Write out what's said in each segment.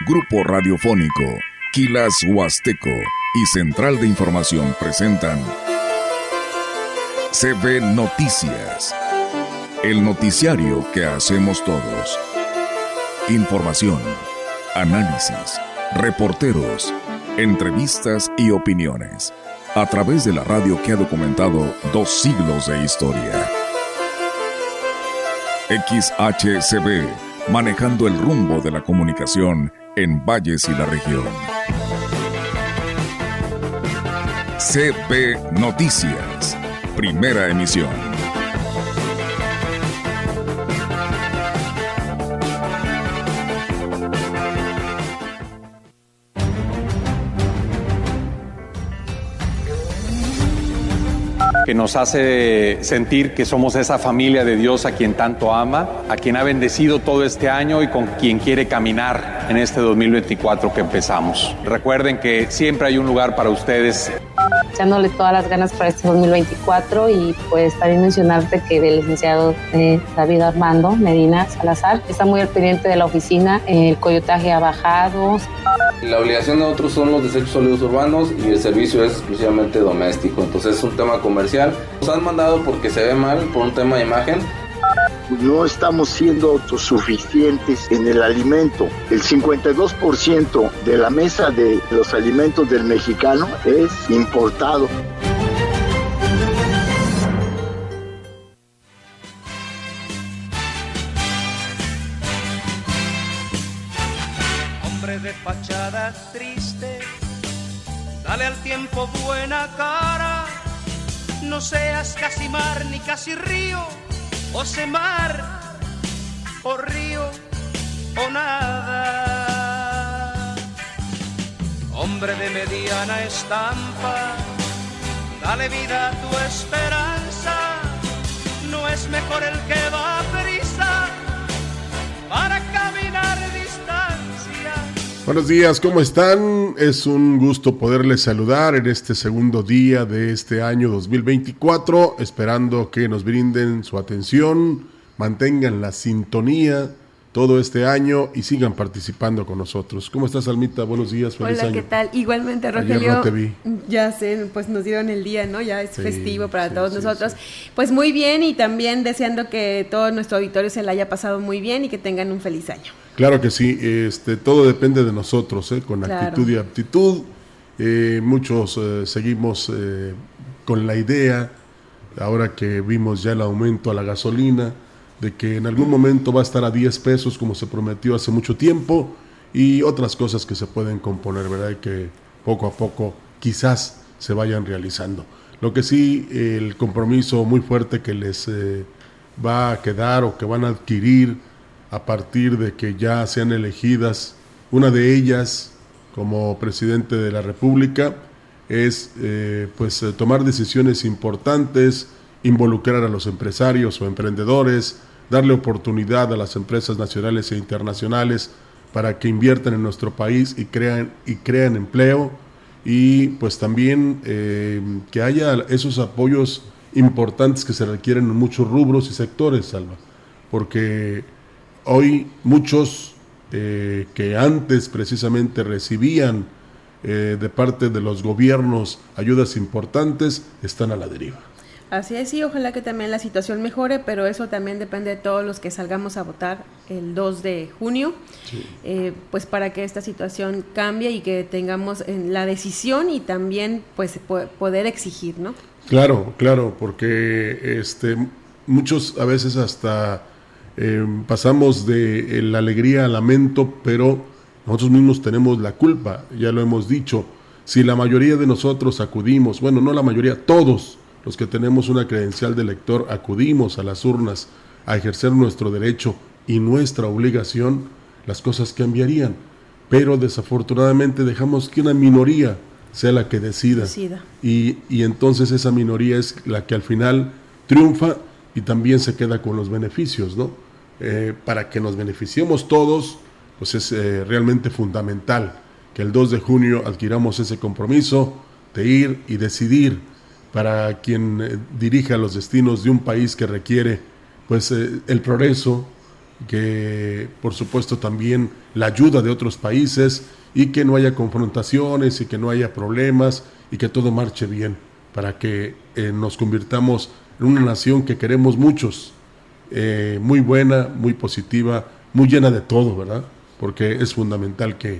Grupo Radiofónico, Quilas Huasteco y Central de Información presentan CB Noticias, el noticiario que hacemos todos. Información, análisis, reporteros, entrevistas y opiniones, a través de la radio que ha documentado 2 siglos de historia. XHCB, manejando el rumbo de la comunicación en Valles y la región. CB Noticias, primera emisión. Que nos hace sentir que somos esa familia de Dios a quien tanto ama, a quien ha bendecido todo este año y con quien quiere caminar en este 2024 que empezamos. Recuerden que siempre hay un lugar para ustedes. Echándole todas las ganas para este 2024 y pues también mencionarte que el licenciado David Armando Medina Salazar está muy al pendiente de la oficina, el coyotaje ha bajado. La obligación de otros son los desechos sólidos urbanos y el servicio es exclusivamente doméstico, entonces es un tema comercial. Nos han mandado porque se ve mal, por un tema de imagen. No estamos siendo autosuficientes en el alimento. El 52% de la mesa de los alimentos del mexicano es importado. Hombre de fachada triste, dale al tiempo buena cara. No seas casi mar ni casi río, o se mar, o río, o nada. Hombre de mediana estampa, dale vida a tu esperanza. No es mejor el que va a prisa para caminar distancia. Buenos días, ¿cómo están? Es un gusto poderles saludar en este segundo día de este año 2024, esperando que nos brinden su atención, mantengan la sintonía todo este año y sigan participando con nosotros. ¿Cómo estás, Almita? Buenos días, feliz año. Hola, ¿qué tal? Igualmente, Rogelio. Ayer no te vi. Ya sé, pues nos dieron el día, ¿no? Ya es festivo para todos nosotros. Sí. Pues muy bien, y también deseando que todo nuestro auditorio se la haya pasado muy bien y que tengan un feliz año. Claro que sí, todo depende de nosotros, con Claro. actitud y aptitud. Muchos seguimos con la idea, ahora que vimos ya el aumento a la gasolina, de que en algún momento va a estar a 10 pesos como se prometió hace mucho tiempo, y otras cosas que se pueden componer, ¿verdad? Y que poco a poco quizás se vayan realizando. Lo que sí, el compromiso muy fuerte que les va a quedar o que van a adquirir a partir de que ya sean elegidas, una de ellas como presidente de la República, es tomar decisiones importantes, involucrar a los empresarios o emprendedores, darle oportunidad a las empresas nacionales e internacionales para que inviertan en nuestro país y crean empleo, y pues también que haya esos apoyos importantes que se requieren en muchos rubros y sectores, Salva, porque hoy muchos que antes precisamente recibían de parte de los gobiernos ayudas importantes están a la deriva. Así es, sí, ojalá que también la situación mejore, pero eso también depende de todos los que salgamos a votar el 2 de junio, sí. Pues para que esta situación cambie y que tengamos la decisión y también pues poder exigir, ¿no? Claro, porque muchos a veces hasta pasamos de la alegría al lamento, pero nosotros mismos tenemos la culpa, ya lo hemos dicho. Si la mayoría de nosotros acudimos, bueno, no la mayoría, todos los que tenemos una credencial de elector acudimos a las urnas a ejercer nuestro derecho y nuestra obligación, las cosas cambiarían. Pero desafortunadamente dejamos que una minoría sea la que decida. Y entonces esa minoría es la que al final triunfa y también se queda con los beneficios, ¿no? Para que nos beneficiemos todos, pues es realmente fundamental que el 2 de junio adquiramos ese compromiso de ir y decidir para quien dirija los destinos de un país que requiere pues el progreso, que por supuesto también la ayuda de otros países y que no haya confrontaciones y que no haya problemas y que todo marche bien para que nos convirtamos en una nación que queremos muchos, muy buena, muy positiva, muy llena de todo, ¿verdad? Porque es fundamental que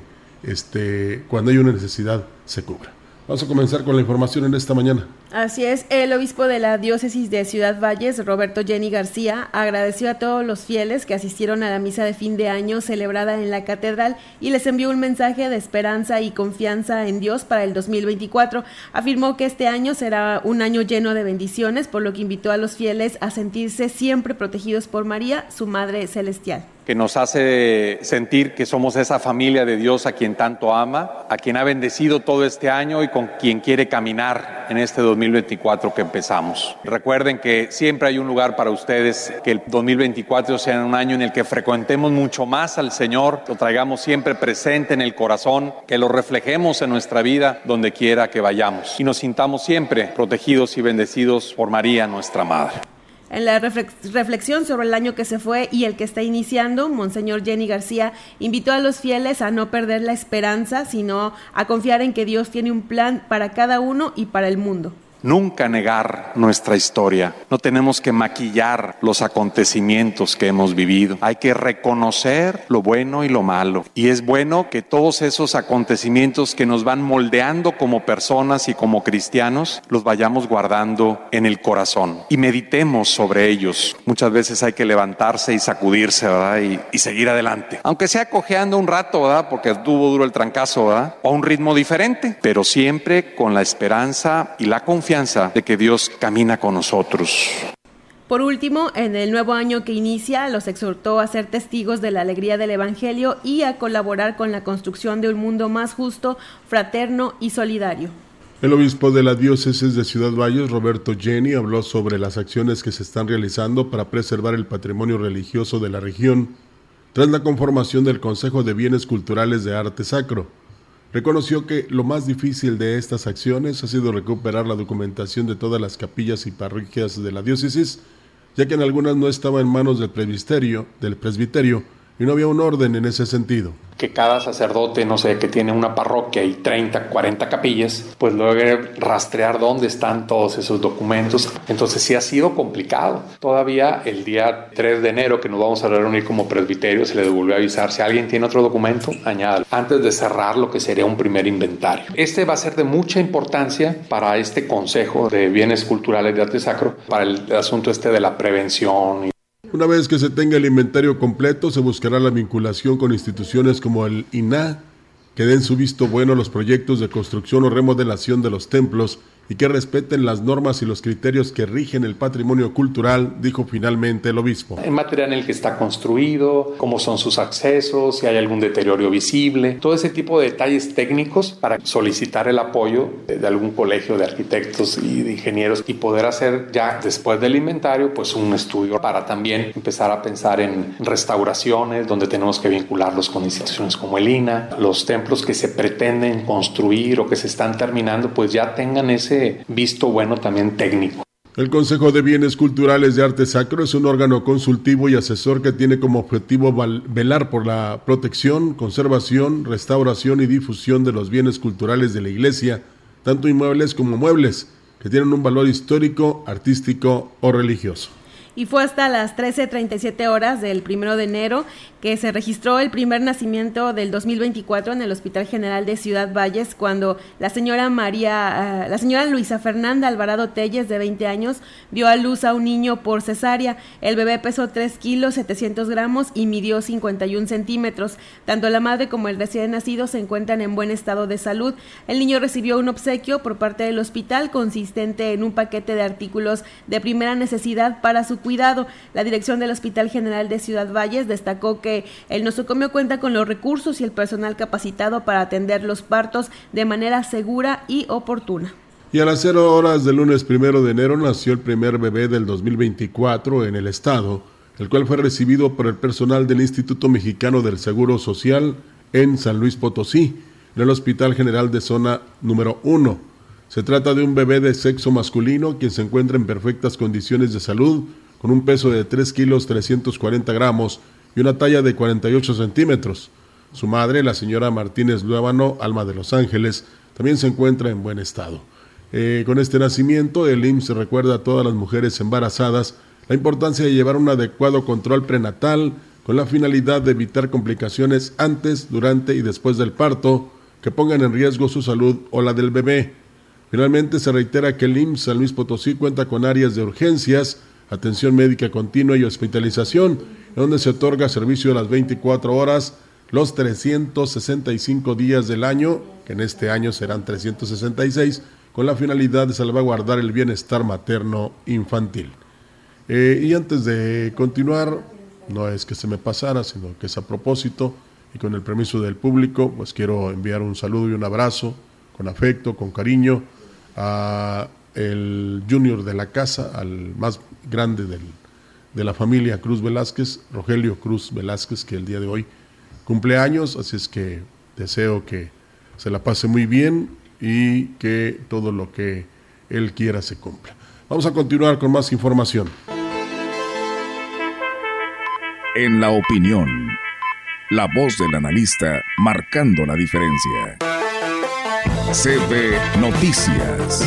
cuando hay una necesidad se cubra. Vamos a comenzar con la información en esta mañana. Así es, el obispo de la diócesis de Ciudad Valles, Roberto Jenny García, agradeció a todos los fieles que asistieron a la misa de fin de año celebrada en la catedral y les envió un mensaje de esperanza y confianza en Dios para el 2024. Afirmó que este año será un año lleno de bendiciones, por lo que invitó a los fieles a sentirse siempre protegidos por María, su Madre Celestial. Que nos hace sentir que somos esa familia de Dios a quien tanto ama, a quien ha bendecido todo este año y con quien quiere caminar en este 2024 que empezamos. Recuerden que siempre hay un lugar para ustedes, que el 2024 sea un año en el que frecuentemos mucho más al Señor, lo traigamos siempre presente en el corazón, que lo reflejemos en nuestra vida donde quiera que vayamos y nos sintamos siempre protegidos y bendecidos por María, nuestra Madre. En la reflexión sobre el año que se fue y el que está iniciando, Monseñor Jenny García invitó a los fieles a no perder la esperanza, sino a confiar en que Dios tiene un plan para cada uno y para el mundo. Nunca negar nuestra historia. No tenemos que maquillar los acontecimientos que hemos vivido. Hay que reconocer lo bueno y lo malo. Y es bueno que todos esos acontecimientos que nos van moldeando como personas y como cristianos, los vayamos guardando en el corazón y meditemos sobre ellos. Muchas veces hay que levantarse y sacudirse, ¿verdad? Y seguir adelante. Aunque sea cojeando un rato, ¿verdad? Porque estuvo duro el trancazo, ¿verdad? O a un ritmo diferente, pero siempre con la esperanza y la confianza de que Dios camina con nosotros. Por último, en el nuevo año que inicia, los exhortó a ser testigos de la alegría del Evangelio y a colaborar con la construcción de un mundo más justo, fraterno y solidario. El obispo de la diócesis de Ciudad Valles, Roberto Jenny, habló sobre las acciones que se están realizando para preservar el patrimonio religioso de la región tras la conformación del Consejo de Bienes Culturales de Arte Sacro. Reconoció que lo más difícil de estas acciones ha sido recuperar la documentación de todas las capillas y parroquias de la diócesis, ya que en algunas no estaba en manos del presbiterio y no había un orden en ese sentido. Que cada sacerdote, no sé, que tiene una parroquia y 30, 40 capillas, pues logre rastrear dónde están todos esos documentos. Entonces sí ha sido complicado. Todavía el día 3 de enero que nos vamos a reunir como presbiterio, se le devolvió a avisar, si alguien tiene otro documento, añádalo, antes de cerrar lo que sería un primer inventario. Este va a ser de mucha importancia para este Consejo de Bienes Culturales de Arte Sacro, para el asunto de la prevención. Una vez que se tenga el inventario completo, se buscará la vinculación con instituciones como el INAH, que den su visto bueno a los proyectos de construcción o remodelación de los templos y que respeten las normas y los criterios que rigen el patrimonio cultural, dijo finalmente el obispo. En materia en el que está construido, cómo son sus accesos, si hay algún deterioro visible, todo ese tipo de detalles técnicos para solicitar el apoyo de algún colegio de arquitectos y de ingenieros y poder hacer ya después del inventario pues un estudio para también empezar a pensar en restauraciones donde tenemos que vincularlos con instituciones como el INAH, los templos que se pretenden construir o que se están terminando pues ya tengan ese visto bueno también técnico. El Consejo de Bienes Culturales de Arte Sacro es un órgano consultivo y asesor que tiene como objetivo velar por la protección, conservación, restauración y difusión de los bienes culturales de la Iglesia, tanto inmuebles como muebles, que tienen un valor histórico, artístico o religioso. Y fue hasta las 13:37 horas del 1 de enero que se registró el primer nacimiento del 2024 en el Hospital General de Ciudad Valles, cuando la señora Luisa Fernanda Alvarado Telles, de 20 años, dio a luz a un niño por cesárea. El bebé pesó 3 kilos 700 gramos y midió 51 centímetros. Tanto la madre como el recién nacido se encuentran en buen estado de salud. El niño recibió un obsequio por parte del hospital consistente en un paquete de artículos de primera necesidad para su cuidado. La dirección del Hospital General de Ciudad Valles destacó que el nosocomio cuenta con los recursos y el personal capacitado para atender los partos de manera segura y oportuna. Y a las 0 horas del lunes 1 de enero nació el primer bebé del 2024 en el estado, el cual fue recibido por el personal del Instituto Mexicano del Seguro Social en San Luis Potosí, en el Hospital General de Zona número 1. Se trata de un bebé de sexo masculino quien se encuentra en perfectas condiciones de salud, con un peso de 3 kilos 340 gramos y una talla de 48 centímetros. Su madre, la señora Martínez Luébano, Alma de los Ángeles, también se encuentra en buen estado. Con este nacimiento, el IMSS recuerda a todas las mujeres embarazadas la importancia de llevar un adecuado control prenatal con la finalidad de evitar complicaciones antes, durante y después del parto que pongan en riesgo su salud o la del bebé. Finalmente, se reitera que el IMSS San Luis Potosí cuenta con áreas de urgencias, atención médica continua y hospitalización, donde se otorga servicio a las 24 horas, los 365 días del año, que en este año serán 366, con la finalidad de salvaguardar el bienestar materno infantil. Y antes de continuar, no es que se me pasara, sino que es a propósito, y con el permiso del público, pues quiero enviar un saludo y un abrazo, con afecto, con cariño, a el junior de la casa, al más grande de la familia Cruz Velázquez, Rogelio Cruz Velázquez, que el día de hoy cumple años, así es que deseo que se la pase muy bien y que todo lo que él quiera se cumpla. Vamos a continuar con más información. En la opinión, la voz del analista marcando la diferencia. CB Noticias.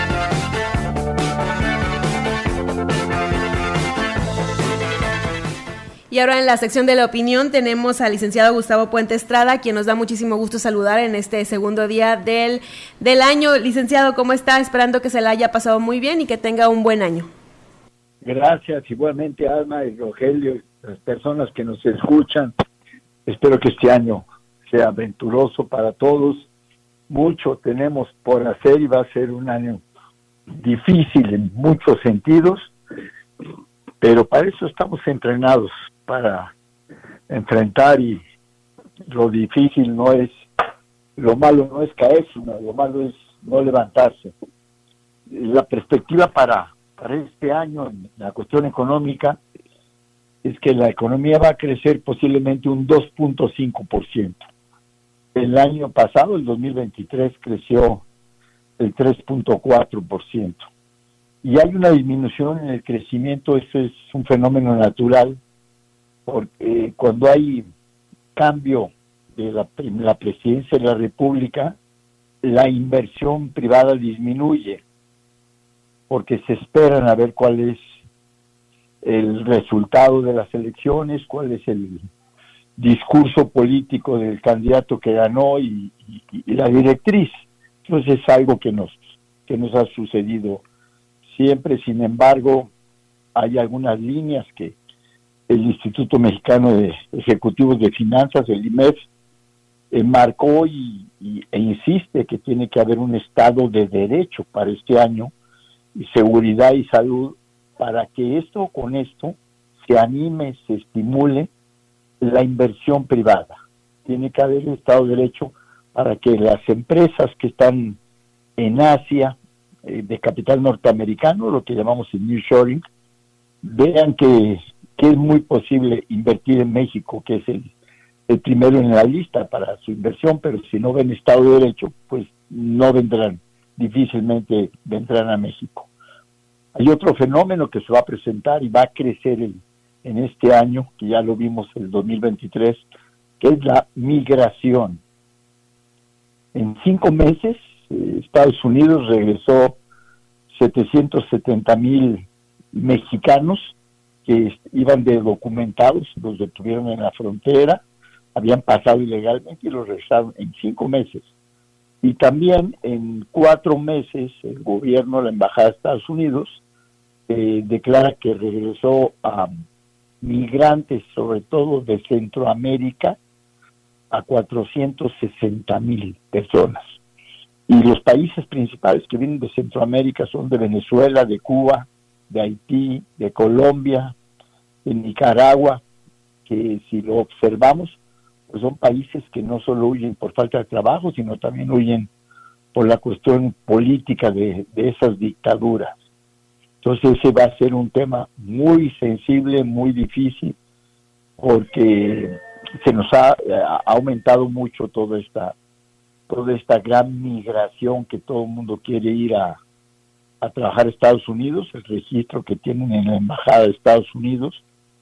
Y ahora en la sección de la opinión tenemos al licenciado Gustavo Puente Estrada, quien nos da muchísimo gusto saludar en este segundo día del año. Licenciado, ¿cómo está? Esperando que se la haya pasado muy bien y que tenga un buen año. Gracias, igualmente Alma y Rogelio, las personas que nos escuchan. Espero que este año sea aventuroso para todos. Mucho tenemos por hacer y va a ser un año difícil en muchos sentidos, pero para eso estamos entrenados, para enfrentar, y lo difícil no es, lo malo no es caer, sino lo malo es no levantarse. La perspectiva para este año en la cuestión económica es que la economía va a crecer posiblemente un 2.5%. El año pasado, el 2023, creció el 3.4%. Y hay una disminución en el crecimiento. Eso es un fenómeno natural, porque cuando hay cambio de la presidencia de la República, la inversión privada disminuye, porque se esperan a ver cuál es el resultado de las elecciones, cuál es el discurso político del candidato que ganó y la directriz. Entonces es algo que nos ha sucedido siempre. Sin embargo, hay algunas líneas que el Instituto Mexicano de Ejecutivos de Finanzas, el IMEF, marcó e insiste que tiene que haber un Estado de Derecho para este año, y seguridad y salud, para que con esto se anime, se estimule la inversión privada. Tiene que haber un Estado de Derecho para que las empresas que están en Asia, de capital norteamericano, lo que llamamos el nearshoring, vean que es muy posible invertir en México, que es el primero en la lista para su inversión, pero si no ven Estado de Derecho, pues no vendrán, difícilmente vendrán a México. Hay otro fenómeno que se va a presentar y va a crecer en este año, que ya lo vimos el 2023, que es la migración. En 5 meses, Estados Unidos regresó 770,000 mexicanos que iban de documentados, los detuvieron en la frontera, habían pasado ilegalmente y los regresaron en 5 meses. Y también en 4 meses el gobierno, la Embajada de Estados Unidos, declara que regresó a migrantes, sobre todo de Centroamérica, a 460,000 personas. Y los países principales que vienen de Centroamérica son de Venezuela, de Cuba, de Haití, de Colombia, de Nicaragua, que si lo observamos, pues son países que no solo huyen por falta de trabajo, sino también huyen por la cuestión política de esas dictaduras. Entonces ese va a ser un tema muy sensible, muy difícil, porque se nos ha aumentado mucho toda esta gran migración, que todo el mundo quiere ir a trabajar a Estados Unidos. El registro que tienen en la Embajada de Estados Unidos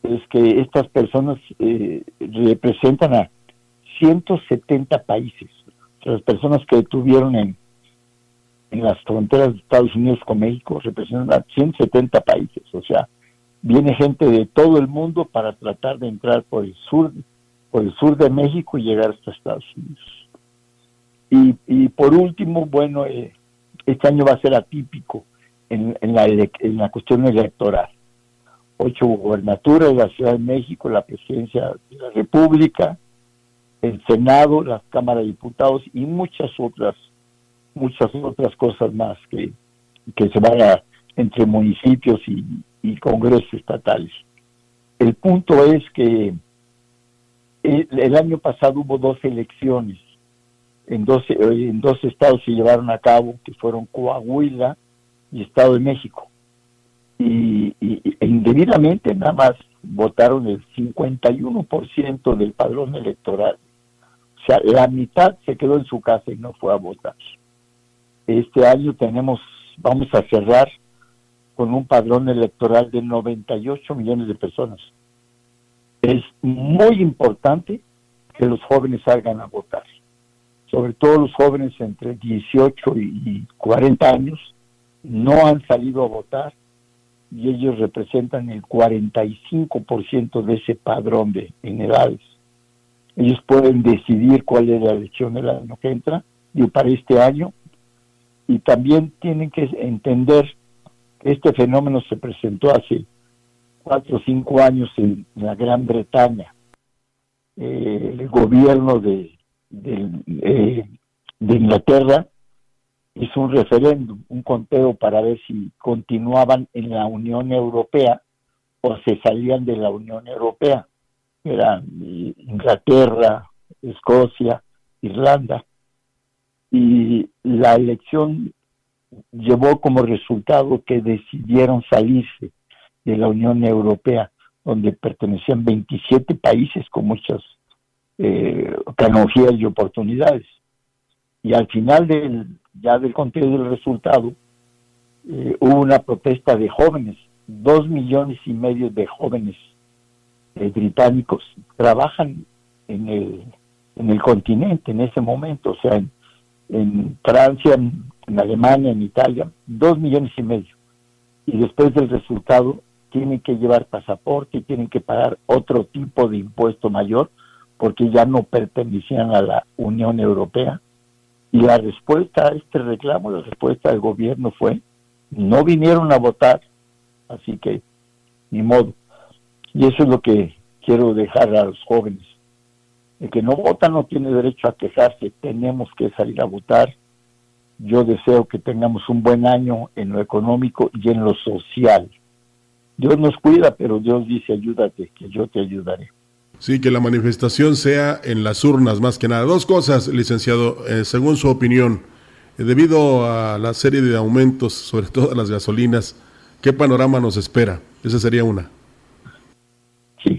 es que estas personas representan a 170 países. O sea, las personas que detuvieron en las fronteras de Estados Unidos con México representan a 170 países. O sea, viene gente de todo el mundo para tratar de entrar por el sur de México y llegar hasta Estados Unidos. Y por último, bueno, este año va a ser atípico en la cuestión electoral. 8 gubernaturas, la Ciudad de México, la Presidencia de la República, el Senado, la Cámara de Diputados y muchas otras cosas más que se van a entre municipios y congresos estatales. El punto es que el año pasado hubo 2 elecciones en dos estados se llevaron a cabo, que fueron Coahuila y Estado de México, y indebidamente nada más votaron el 51% del padrón electoral. O sea, la mitad se quedó en su casa y no fue a votar. Este año vamos a cerrar con un padrón electoral de 98 millones de personas. Es muy importante que los jóvenes salgan a votar, sobre todo los jóvenes entre 18 y 40 años no han salido a votar, y ellos representan el 45% de ese padrón en edades. Ellos pueden decidir cuál es la elección del año que entra, y para este año, y también tienen que entender que este fenómeno se presentó hace 4 o 5 años en la Gran Bretaña. El gobierno de Inglaterra hizo un referéndum, un conteo para ver si continuaban en la Unión Europea o se salían de la Unión Europea. Eran Inglaterra, Escocia, Irlanda, y la elección llevó como resultado que decidieron salirse de la Unión Europea, donde pertenecían 27 países con muchas canonjías y oportunidades. Y al final del conteo del resultado, hubo una protesta de jóvenes. 2,5 millones de jóvenes británicos trabajan en el continente en ese momento, o sea, en Francia, en Alemania, en Italia, 2,5 millones. Y después del resultado tienen que llevar pasaporte y tienen que pagar otro tipo de impuesto mayor porque ya no pertenecían a la Unión Europea. Y la respuesta a este reclamo, la respuesta del gobierno fue: no vinieron a votar, así que ni modo. Y eso es lo que quiero dejar a los jóvenes. El que no vota no tiene derecho a quejarse, tenemos que salir a votar. Yo deseo que tengamos un buen año en lo económico y en lo social. Dios nos cuida, pero Dios dice: ayúdate, que yo te ayudaré. Sí, que la manifestación sea en las urnas más que nada. 2 cosas, licenciado, según su opinión, debido a la serie de aumentos, sobre todo las gasolinas, ¿qué panorama nos espera? Esa sería una. Sí,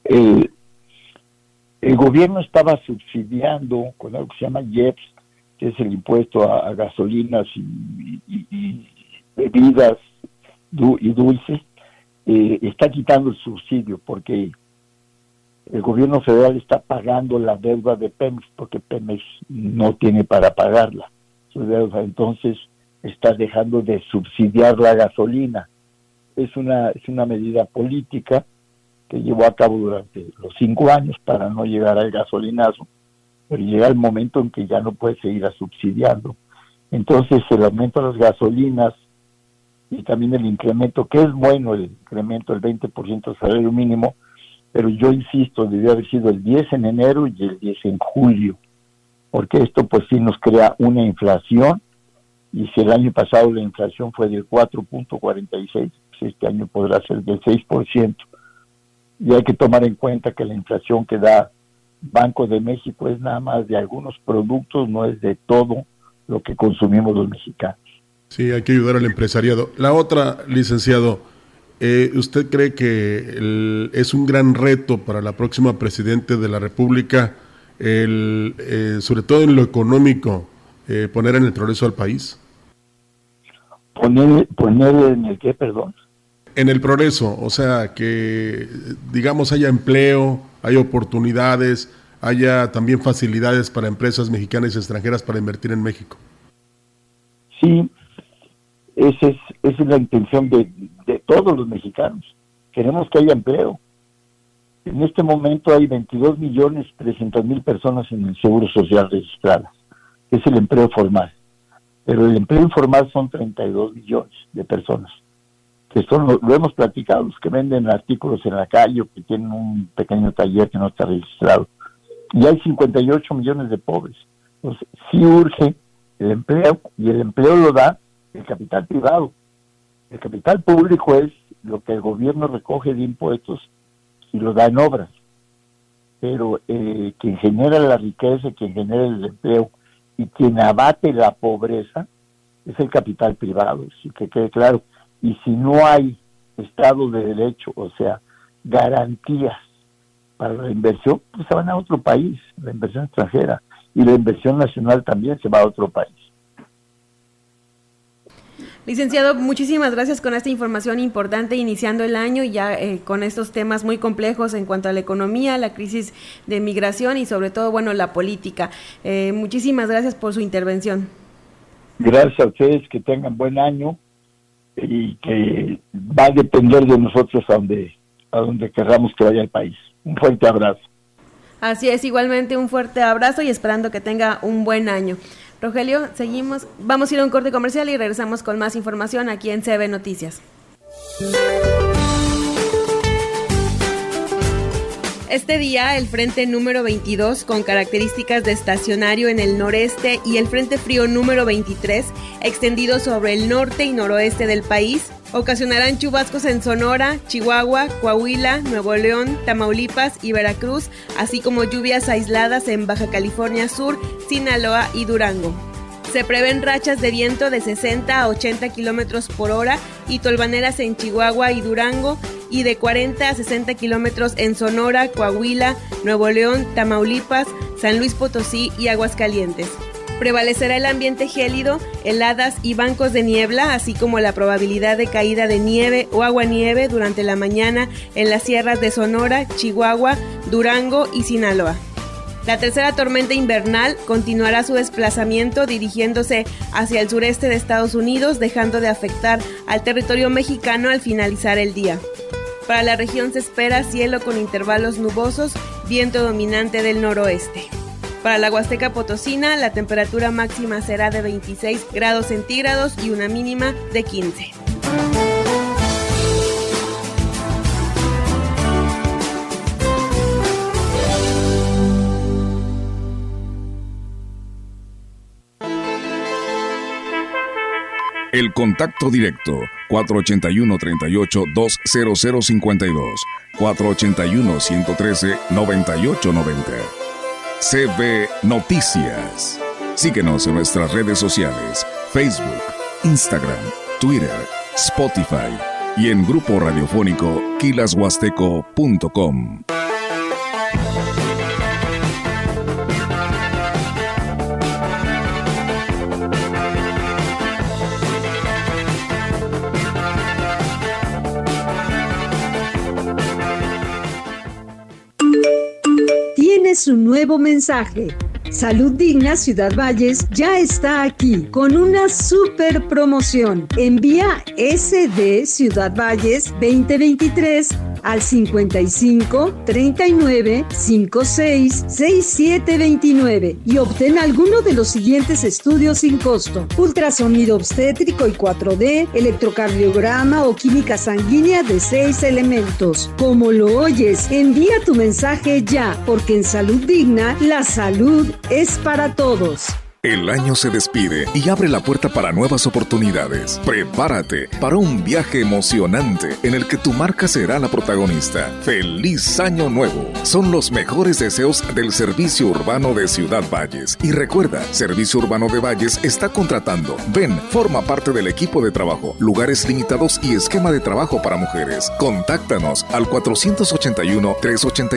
el gobierno estaba subsidiando con algo que se llama IEPS, que es el impuesto a gasolinas y bebidas y dulces. Está quitando el subsidio porque el gobierno federal está pagando la deuda de Pemex, porque Pemex no tiene para pagarla, su deuda. Entonces está dejando de subsidiar la gasolina. Es una medida política que llevó a cabo durante los 5 años para no llegar al gasolinazo, pero llega el momento en que ya no puede seguir subsidiando. Entonces el aumento de las gasolinas y también el incremento, que es bueno el incremento del 20% del salario mínimo, pero yo insisto, debió haber sido el 10 en enero y el 10 en julio, porque esto pues sí nos crea una inflación, y si el año pasado la inflación fue del 4.46, pues este año podrá ser del 6%. Y hay que tomar en cuenta que la inflación que da Banco de México es nada más de algunos productos, no es de todo lo que consumimos los mexicanos. Sí, hay que ayudar al empresariado. La otra, licenciado, ¿usted cree que es un gran reto para la próxima presidente de la República, sobre todo en lo económico, poner en el progreso al país? ¿Poner en el qué, perdón? en el progreso, o sea, que digamos haya empleo, haya oportunidades, haya también facilidades para empresas mexicanas y extranjeras para invertir en México. Sí, esa es la intención de todos los mexicanos. Queremos que haya empleo. En este momento hay 22.300.000 personas en el Seguro Social registradas. Es el empleo formal. Pero el empleo informal son 32 millones de personas. Que lo hemos platicado, los que venden artículos en la calle o que tienen un pequeño taller que no está registrado. Y hay 58 millones de pobres. Entonces, sí urge el empleo, y el empleo lo da el capital privado. El capital público es lo que el gobierno recoge de impuestos y lo da en obras. Pero quien genera la riqueza, quien genera el empleo y quien abate la pobreza es el capital privado, así que quede claro. Y si no hay Estado de Derecho, o sea, garantías para la inversión, pues se van a otro país, la inversión extranjera, y la inversión nacional también se va a otro país. Licenciado, muchísimas gracias con esta información importante iniciando el año y ya con estos temas muy complejos en cuanto a la economía, la crisis de migración y sobre todo, bueno, la política. Muchísimas gracias por su intervención. Gracias a ustedes, que tengan buen año y que va a depender de nosotros a donde querramos que vaya el país. Un fuerte abrazo. Así es, igualmente un fuerte abrazo y esperando que tenga un buen año. Rogelio, seguimos, vamos a ir a un corte comercial y regresamos con más información aquí en CB Noticias. Este día, el frente número 22, con características de estacionario en el noreste, y el frente frío número 23, extendido sobre el norte y noroeste del país, ocasionarán chubascos en Sonora, Chihuahua, Coahuila, Nuevo León, Tamaulipas y Veracruz, así como lluvias aisladas en Baja California Sur, Sinaloa y Durango. Se prevén rachas de viento de 60 a 80 kilómetros por hora y tolvaneras en Chihuahua y Durango, y de 40 a 60 kilómetros en Sonora, Coahuila, Nuevo León, Tamaulipas, San Luis Potosí y Aguascalientes. Prevalecerá el ambiente gélido, heladas y bancos de niebla, así como la probabilidad de caída de nieve o aguanieve durante la mañana en las sierras de Sonora, Chihuahua, Durango y Sinaloa. La tercera tormenta invernal continuará su desplazamiento dirigiéndose hacia el sureste de Estados Unidos, dejando de afectar al territorio mexicano al finalizar el día. Para la región se espera cielo con intervalos nubosos, viento dominante del noroeste. Para la Huasteca Potosina, la temperatura máxima será de 26 grados centígrados y una mínima de 15. El contacto directo 481-38-20052, 481-113-9890. CB Noticias. Síguenos en nuestras redes sociales, Facebook, Instagram, Twitter, Spotify y en grupo radiofónico quilashuasteco.com. Su nuevo mensaje. Salud Digna Ciudad Valles ya está aquí con una super promoción. Envía SD Ciudad Valles 2023 al 55 39 56 67 29 y obtén alguno de los siguientes estudios sin costo: ultrasonido obstétrico y 4D, electrocardiograma o química sanguínea de 6 elementos. Como lo oyes, envía tu mensaje ya, porque en Salud Digna la salud es para todos. El año se despide y abre la puerta para nuevas oportunidades. Prepárate para un viaje emocionante en el que tu marca será la protagonista. ¡Feliz Año Nuevo! Son los mejores deseos del Servicio Urbano de Ciudad Valles. Y recuerda, Servicio Urbano de Valles está contratando. Ven, forma parte del equipo de trabajo, lugares limitados y esquema de trabajo para mujeres. Contáctanos al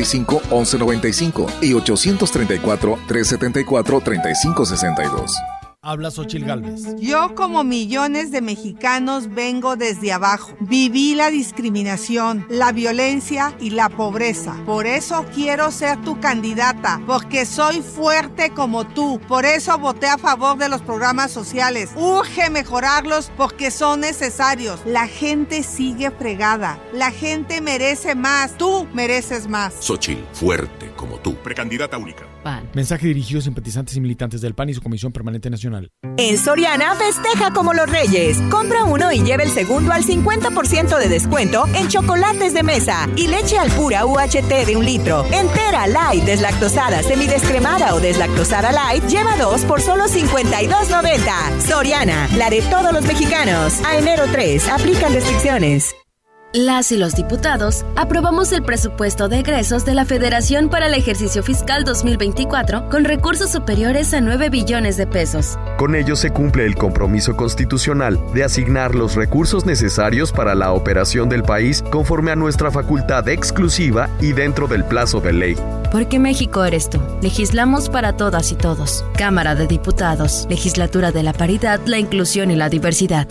481-385-1195 y 834-374-3562. Habla Xóchitl Gálvez. Yo, como millones de mexicanos, vengo desde abajo. Viví la discriminación, la violencia y la pobreza. Por eso quiero ser tu candidata, porque soy fuerte como tú. Por eso voté a favor de los programas sociales. Urge mejorarlos porque son necesarios. La gente sigue fregada. La gente merece más. Tú mereces más. Xóchitl, fuerte como tú. Precandidata única. PAN. Mensaje dirigido a simpatizantes y militantes del PAN y su Comisión Permanente Nacional. En Soriana, festeja como los reyes. Compra uno y lleva el segundo al 50% de descuento en chocolates de mesa y leche Alpura UHT de 1 litro. Entera, light, deslactosada, semidescremada o deslactosada light, lleva 2 por solo $52.90. Soriana, la de todos los mexicanos. A enero 3, aplican restricciones. Las y los diputados aprobamos el presupuesto de egresos de la Federación para el ejercicio fiscal 2024 con recursos superiores a 9 billones de pesos. Con ello se cumple el compromiso constitucional de asignar los recursos necesarios para la operación del país conforme a nuestra facultad exclusiva y dentro del plazo de ley. Porque México eres tú. Legislamos para todas y todos. Cámara de Diputados. Legislatura de la Paridad, la Inclusión y la Diversidad.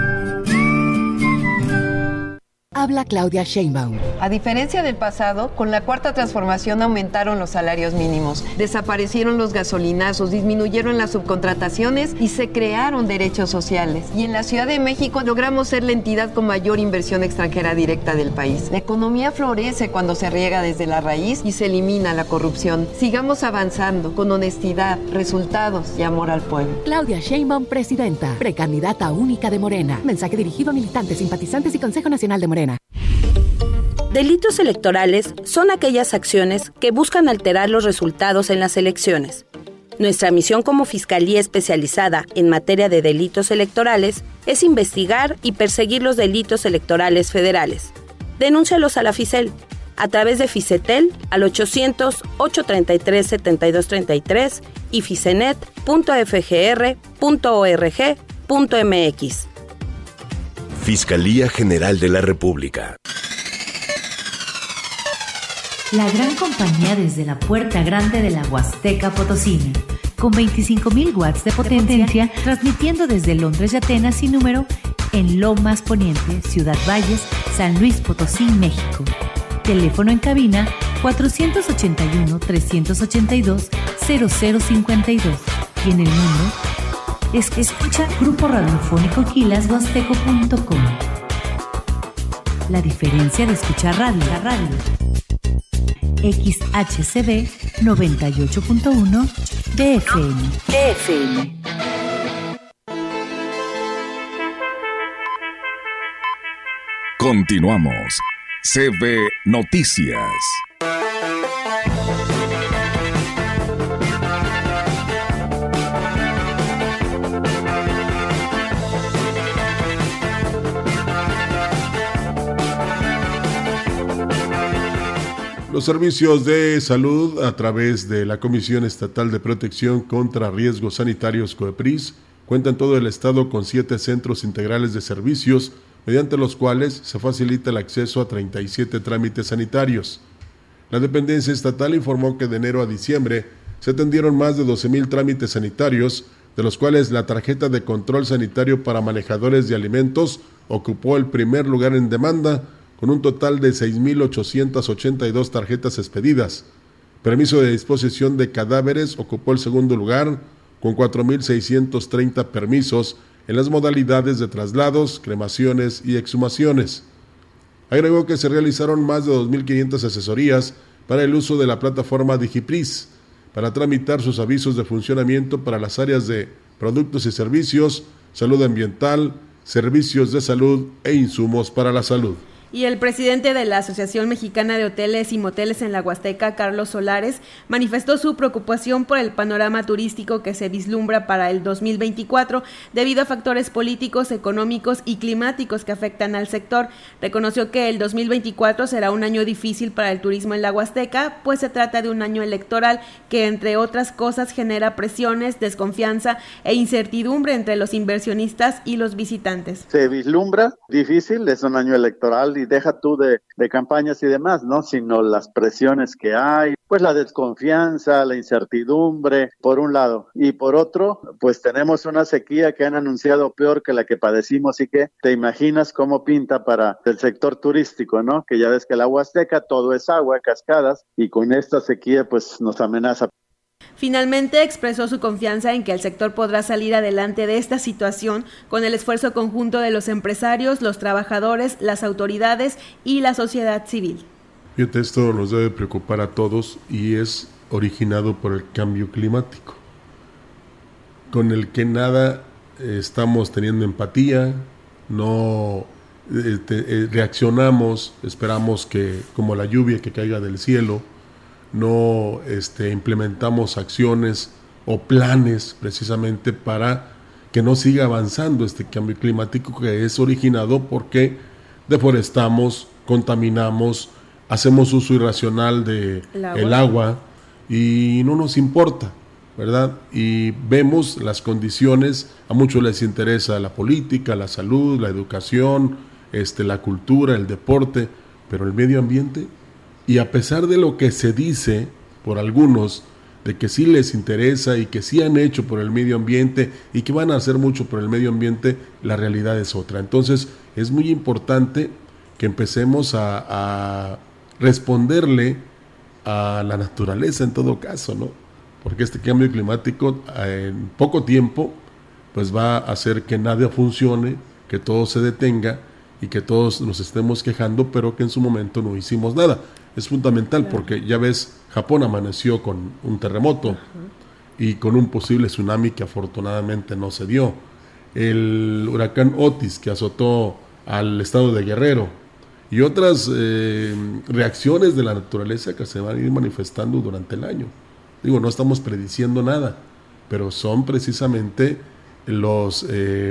Habla Claudia Sheinbaum. A diferencia del pasado, con la Cuarta Transformación aumentaron los salarios mínimos, desaparecieron los gasolinazos, disminuyeron las subcontrataciones y se crearon derechos sociales. Y en la Ciudad de México logramos ser la entidad con mayor inversión extranjera directa del país. La economía florece cuando se riega desde la raíz y se elimina la corrupción. Sigamos avanzando con honestidad, resultados y amor al pueblo. Claudia Sheinbaum, presidenta, precandidata única de Morena. Mensaje dirigido a militantes, simpatizantes y Consejo Nacional de Morena. Delitos electorales son aquellas acciones que buscan alterar los resultados en las elecciones. Nuestra misión como Fiscalía Especializada en materia de delitos electorales es investigar y perseguir los delitos electorales federales. Denúncialos a la FICEL a través de Ficetel al 800-833-7233 y ficenet.fgr.org.mx. Fiscalía General de la República. La gran compañía desde la puerta grande de la Huasteca Potosina, con 25,000 watts de potencia, transmitiendo desde Londres y Atenas sin número en Lomas Poniente, Ciudad Valles, San Luis Potosí, México. Teléfono en cabina 481-382-0052 y en el mundo escucha Grupo Radiofónico quilashuasteco.com. La diferencia de escuchar radio. La radio. XHCB 98.1 DFM. Continuamos. CB Noticias. Los servicios de salud a través de la Comisión Estatal de Protección contra Riesgos Sanitarios COEPRIS cuentan todo el estado con 7 centros integrales de servicios mediante los cuales se facilita el acceso a 37 trámites sanitarios. La dependencia estatal informó que de enero a diciembre se atendieron más de 12,000 trámites sanitarios, de los cuales la tarjeta de control sanitario para manejadores de alimentos ocupó el primer lugar en demanda, con un total de 6,882 tarjetas expedidas. Permiso de disposición de cadáveres ocupó el segundo lugar, con 4,630 permisos en las modalidades de traslados, cremaciones y exhumaciones. Agregó que se realizaron más de 2,500 asesorías para el uso de la plataforma Digipris, para tramitar sus avisos de funcionamiento para las áreas de productos y servicios, salud ambiental, servicios de salud e insumos para la salud. Y el presidente de la Asociación Mexicana de Hoteles y Moteles en la Huasteca, Carlos Solares, manifestó su preocupación por el panorama turístico que se vislumbra para el 2024 debido a factores políticos, económicos y climáticos que afectan al sector. Reconoció que el 2024 será un año difícil para el turismo en la Huasteca, pues se trata de un año electoral que, entre otras cosas, genera presiones, desconfianza e incertidumbre entre los inversionistas y los visitantes. Se vislumbra difícil, es un año electoral y deja tú de campañas y demás, ¿no? Sino las presiones que hay, pues la desconfianza, la incertidumbre, por un lado. Y por otro, pues tenemos una sequía que han anunciado peor que la que padecimos y que te imaginas cómo pinta para el sector turístico, ¿no? Que ya ves que la Huasteca todo es agua, cascadas, y con esta sequía pues nos amenaza. Finalmente expresó su confianza en que el sector podrá salir adelante de esta situación con el esfuerzo conjunto de los empresarios, los trabajadores, las autoridades y la sociedad civil. Fíjate, esto nos debe preocupar a todos y es originado por el cambio climático, con el que nada estamos teniendo empatía, no reaccionamos, esperamos que, como la lluvia que caiga del cielo, no implementamos acciones o planes precisamente para que no siga avanzando este cambio climático, que es originado porque deforestamos, contaminamos, hacemos uso irracional del agua y no nos importa, ¿verdad? Y vemos las condiciones, a muchos les interesa la política, la salud, la educación, la cultura, el deporte, pero el medio ambiente. Y a pesar de lo que se dice por algunos, de que sí les interesa y que sí han hecho por el medio ambiente y que van a hacer mucho por el medio ambiente, la realidad es otra. Entonces es muy importante que empecemos a responderle a la naturaleza en todo caso, ¿no? Porque este cambio climático en poco tiempo pues va a hacer que nada funcione, que todo se detenga y que todos nos estemos quejando, pero que en su momento no hicimos nada. Es fundamental porque ya ves, Japón amaneció con un terremoto y con un posible tsunami que afortunadamente no se dio. El huracán Otis que azotó al estado de Guerrero y otras reacciones de la naturaleza que se van a ir manifestando durante el año. Digo, no estamos prediciendo nada, pero son precisamente los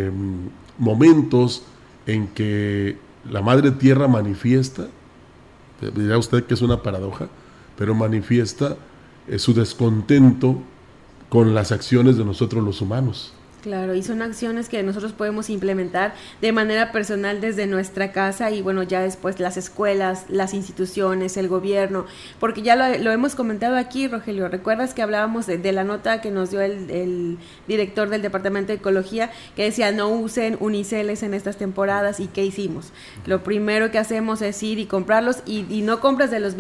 momentos en que la Madre Tierra manifiesta, dirá usted que es una paradoja, pero manifiesta su descontento con las acciones de nosotros los humanos. Claro, y son acciones que nosotros podemos implementar de manera personal desde nuestra casa y bueno, ya después las escuelas, las instituciones, el gobierno, porque ya lo hemos comentado aquí, Rogelio. ¿Recuerdas que hablábamos de la nota que nos dio el director del Departamento de Ecología, que decía no usen uniceles en estas temporadas? ¿Y qué hicimos? Lo primero que hacemos es ir y comprarlos y no compras de los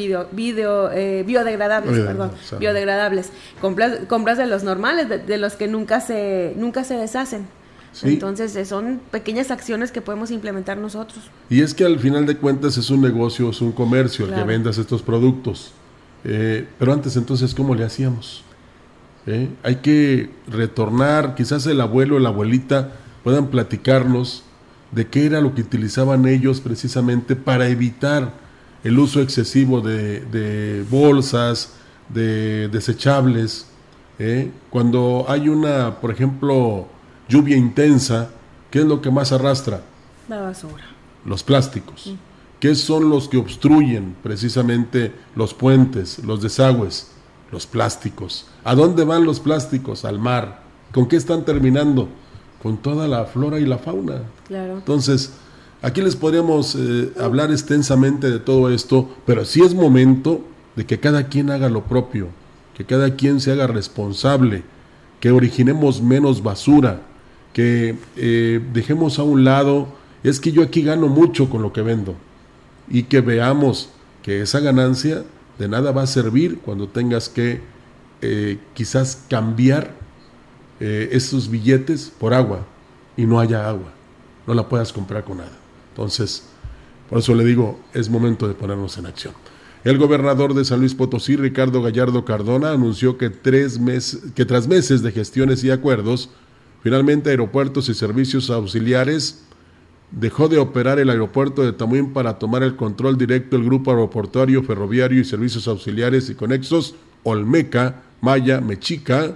biodegradables, compras de los normales, de los que nunca se deshacen. Sí. Entonces son pequeñas acciones que podemos implementar nosotros. Y es que al final de cuentas es un negocio, es un comercio, claro, el que vendas estos productos. Pero antes entonces, ¿cómo le hacíamos? Hay que retornar, quizás el abuelo o la abuelita puedan platicarnos de qué era lo que utilizaban ellos precisamente para evitar el uso excesivo de bolsas, de desechables. Cuando hay una, por ejemplo, lluvia intensa, ¿qué es lo que más arrastra? La basura. Los plásticos. ¿Qué son los que obstruyen precisamente los puentes, los desagües? Los plásticos. ¿A dónde van los plásticos? Al mar. ¿Con qué están terminando? Con toda la flora y la fauna. Claro. Entonces, aquí les podríamos hablar extensamente de todo esto, pero sí es momento de que cada quien haga lo propio, que cada quien se haga responsable, que originemos menos basura, que dejemos a un lado, es que yo aquí gano mucho con lo que vendo, y que veamos que esa ganancia de nada va a servir cuando tengas que quizás cambiar esos billetes por agua, y no haya agua, no la puedas comprar con nada. Entonces, por eso le digo, es momento de ponernos en acción. El gobernador de San Luis Potosí, Ricardo Gallardo Cardona, anunció que tras meses de gestiones y acuerdos, finalmente Aeropuertos y Servicios Auxiliares dejó de operar el aeropuerto de Tamuín para tomar el control directo el Grupo Aeroportuario, Ferroviario y Servicios Auxiliares y Conexos, Olmeca, Maya, Mexica,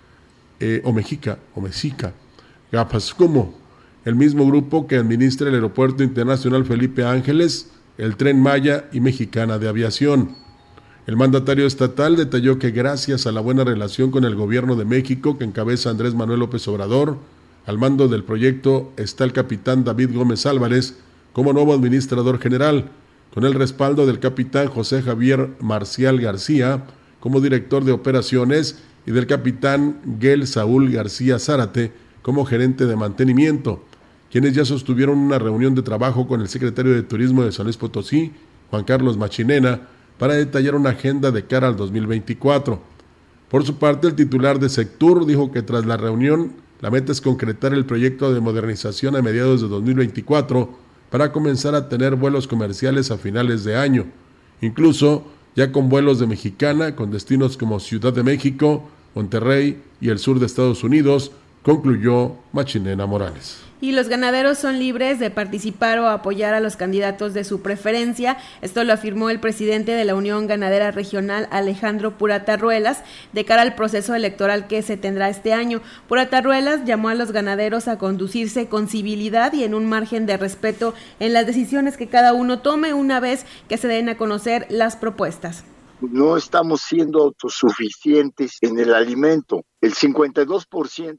Gapascumo, el mismo grupo que administra el Aeropuerto Internacional Felipe Ángeles, el Tren Maya y Mexicana de Aviación. El mandatario estatal detalló que gracias a la buena relación con el gobierno de México que encabeza Andrés Manuel López Obrador, al mando del proyecto está el capitán David Gómez Álvarez, como nuevo administrador general, con el respaldo del capitán José Javier Marcial García como director de operaciones y del capitán Guel Saúl García Zárate como gerente de mantenimiento, quienes ya sostuvieron una reunión de trabajo con el secretario de Turismo de San Luis Potosí, Juan Carlos Machinena, para detallar una agenda de cara al 2024. Por su parte, el titular de Sectur dijo que tras la reunión, la meta es concretar el proyecto de modernización a mediados de 2024 para comenzar a tener vuelos comerciales a finales de año, incluso ya con vuelos de Mexicana con destinos como Ciudad de México, Monterrey y el sur de Estados Unidos, concluyó Machinena Morales. Y los ganaderos son libres de participar o apoyar a los candidatos de su preferencia. Esto lo afirmó el presidente de la Unión Ganadera Regional, Alejandro Purata Ruelas, de cara al proceso electoral que se tendrá este año. Purata Ruelas llamó a los ganaderos a conducirse con civilidad y en un margen de respeto en las decisiones que cada uno tome una vez que se den a conocer las propuestas. No estamos siendo autosuficientes en el alimento. El 52%.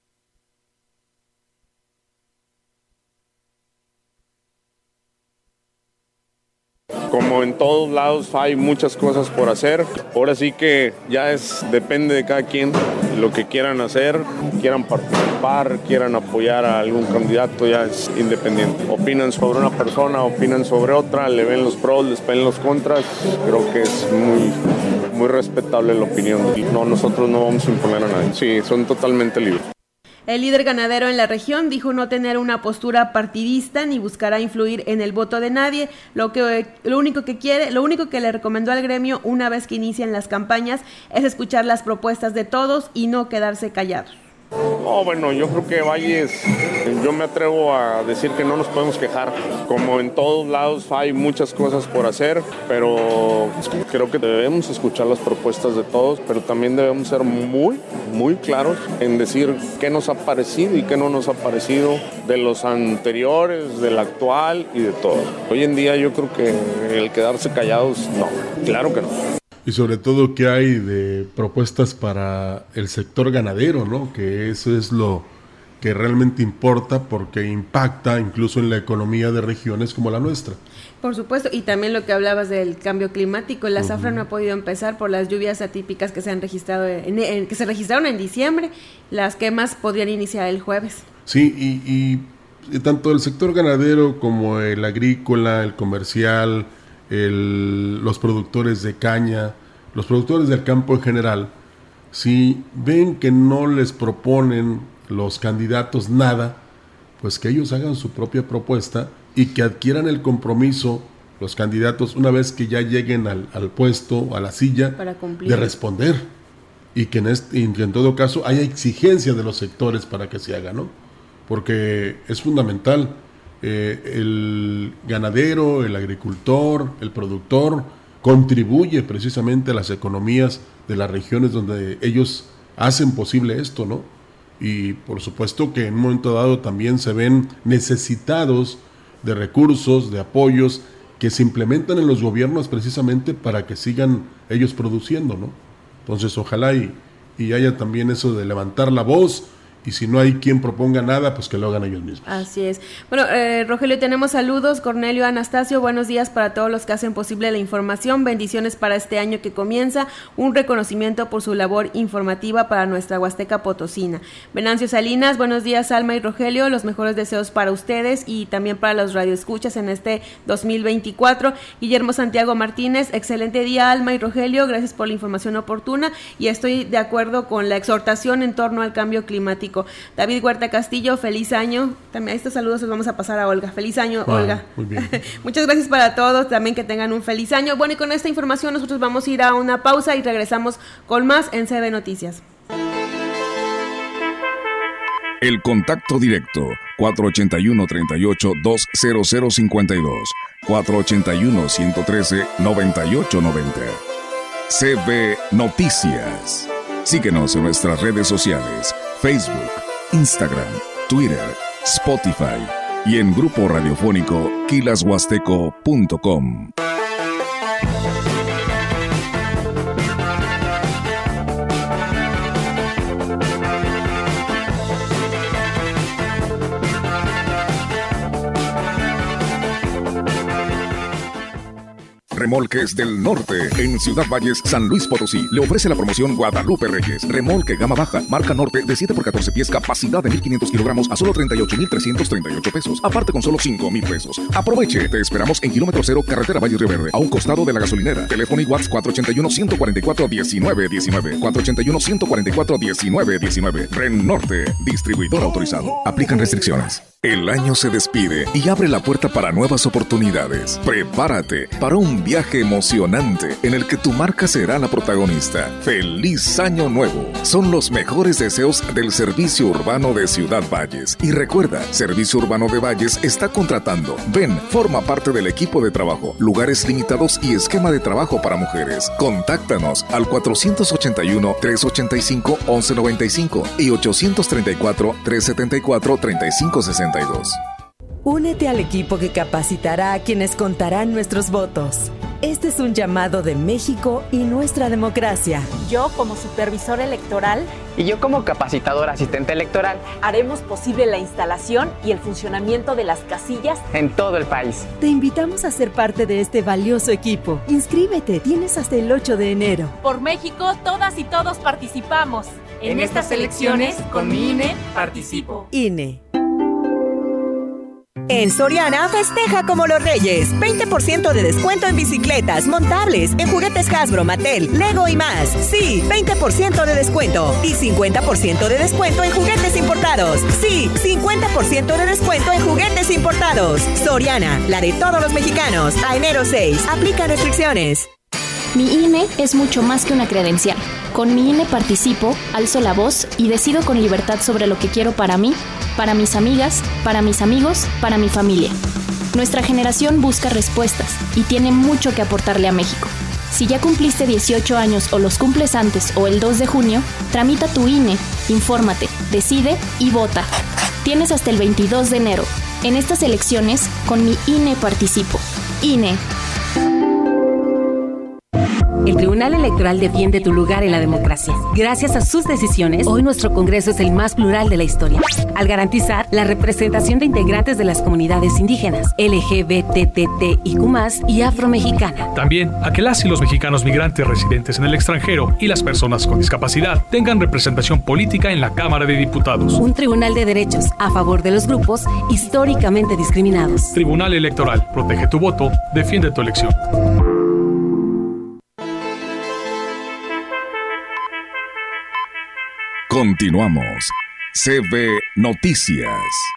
Como en todos lados hay muchas cosas por hacer. Ahora sí que ya depende de cada quien lo que quieran hacer, quieran participar, quieran apoyar a algún candidato, ya es independiente. Opinan sobre una persona, opinan sobre otra, le ven los pros, les ven los contras. Creo que es muy respetable la opinión. No, nosotros no vamos a imponer a nadie. Sí, son totalmente libres. El líder ganadero en la región dijo no tener una postura partidista ni buscará influir en el voto de nadie. Lo único que le recomendó al gremio una vez que inician las campañas es escuchar las propuestas de todos y no quedarse callados. No, bueno, yo creo que Valles, yo me atrevo a decir que no nos podemos quejar. Como en todos lados hay muchas cosas por hacer, pero creo que debemos escuchar las propuestas de todos, pero también debemos ser muy claros en decir qué nos ha parecido y qué no nos ha parecido de los anteriores, del actual y de todo. Hoy en día yo creo que el quedarse callados, no, claro que no. Y sobre todo qué hay de propuestas para el sector ganadero, ¿no? Que eso es lo que realmente importa porque impacta incluso en la economía de regiones como la nuestra. Por supuesto, y también lo que hablabas del cambio climático. La zafra no ha podido empezar por las lluvias atípicas que se han registrado que se registraron en diciembre. Las quemas podrían iniciar el jueves. Sí, y tanto el sector ganadero como el agrícola, el comercial, los productores de caña, los productores del campo en general, si ven que no les proponen los candidatos nada, pues que ellos hagan su propia propuesta y que adquieran el compromiso los candidatos una vez que ya lleguen al puesto, a la silla, de responder y que en todo caso haya exigencia de los sectores para que se haga, ¿no? Porque es fundamental. El ganadero, el agricultor, el productor contribuye precisamente a las economías de las regiones donde ellos hacen posible esto, ¿no? Y por supuesto que en un momento dado también se ven necesitados de recursos, de apoyos que se implementan en los gobiernos precisamente para que sigan ellos produciendo, ¿no? Entonces ojalá y haya también eso de levantar la voz. Y si no hay quien proponga nada, pues que lo hagan ellos mismos. Así es. Bueno, Rogelio, tenemos saludos. Cornelio Anastasio, buenos días para todos los que hacen posible la información. Bendiciones para este año que comienza. Un reconocimiento por su labor informativa para nuestra Huasteca Potosina. Venancio Salinas, buenos días, Alma y Rogelio. Los mejores deseos para ustedes y también para los radioescuchas en este 2024. Guillermo Santiago Martínez, excelente día, Alma y Rogelio. Gracias por la información oportuna y estoy de acuerdo con la exhortación en torno al cambio climático. David Huerta Castillo, feliz año. También estos saludos los vamos a pasar a Olga. Feliz año, Olga. Muy bien. Muchas gracias para todos, también que tengan un feliz año. Bueno, y con esta información nosotros vamos a ir a una pausa y regresamos con más en CB Noticias. El contacto directo 481-38-20052 481-113-9890. CB Noticias. Síguenos en nuestras redes sociales, Facebook, Instagram, Twitter, Spotify y en grupo radiofónico quilashuasteco.com. Remolques del Norte, en Ciudad Valles, San Luis Potosí. Le ofrece la promoción Guadalupe Reyes. Remolque gama baja, marca Norte, de 7x14 pies, capacidad de 1,500 kilogramos a solo 38,338 pesos. Aparte con solo 5,000 pesos. Aproveche, te esperamos en kilómetro 0, carretera Valle Río Verde, a un costado de la gasolinera. Teléfono y WhatsApp 481-144-1919. 481-144-1919. Ren Norte, distribuidor autorizado. Aplican restricciones. El año se despide y abre la puerta para nuevas oportunidades. Prepárate para un viaje emocionante en el que tu marca será la protagonista. ¡Feliz Año Nuevo! Son los mejores deseos del Servicio Urbano de Ciudad Valles. Y recuerda, Servicio Urbano de Valles está contratando. Ven, forma parte del equipo de trabajo, lugares limitados y esquema de trabajo para mujeres. Contáctanos al 481-385-1195 y 834-374-3562. Únete al equipo que capacitará a quienes contarán nuestros votos. Este es un llamado de México y nuestra democracia. Yo, como supervisor electoral, y yo, como capacitador asistente electoral, haremos posible la instalación y el funcionamiento de las casillas en todo el país. Te invitamos a ser parte de este valioso equipo. Inscríbete, tienes hasta el 8 de enero. Por México, todas y todos participamos. En estas elecciones, con mi INE, participo. INE. En Soriana, festeja como los reyes. 20% de descuento en bicicletas, montables, en juguetes Hasbro, Mattel, Lego y más. Sí, 20% de descuento. Y 50% de descuento en juguetes importados. Sí, 50% de descuento en juguetes importados. Soriana, la de todos los mexicanos. A enero 6. Aplica restricciones. Mi INE es mucho más que una credencial. Con mi INE participo, alzo la voz y decido con libertad sobre lo que quiero para mí, para mis amigas, para mis amigos, para mi familia. Nuestra generación busca respuestas y tiene mucho que aportarle a México. Si ya cumpliste 18 años o los cumples antes o el 2 de junio, tramita tu INE, infórmate, decide y vota. Tienes hasta el 22 de enero. En estas elecciones, con mi INE participo. INE. El Tribunal Electoral defiende tu lugar en la democracia. Gracias a sus decisiones, hoy nuestro Congreso es el más plural de la historia, al garantizar la representación de integrantes de las comunidades indígenas, LGBTTIQ+, y afromexicana. También a que las y los mexicanos migrantes residentes en el extranjero y las personas con discapacidad tengan representación política en la Cámara de Diputados. Un tribunal de derechos a favor de los grupos históricamente discriminados. Tribunal Electoral, protege tu voto, defiende tu elección. Continuamos. CB Noticias.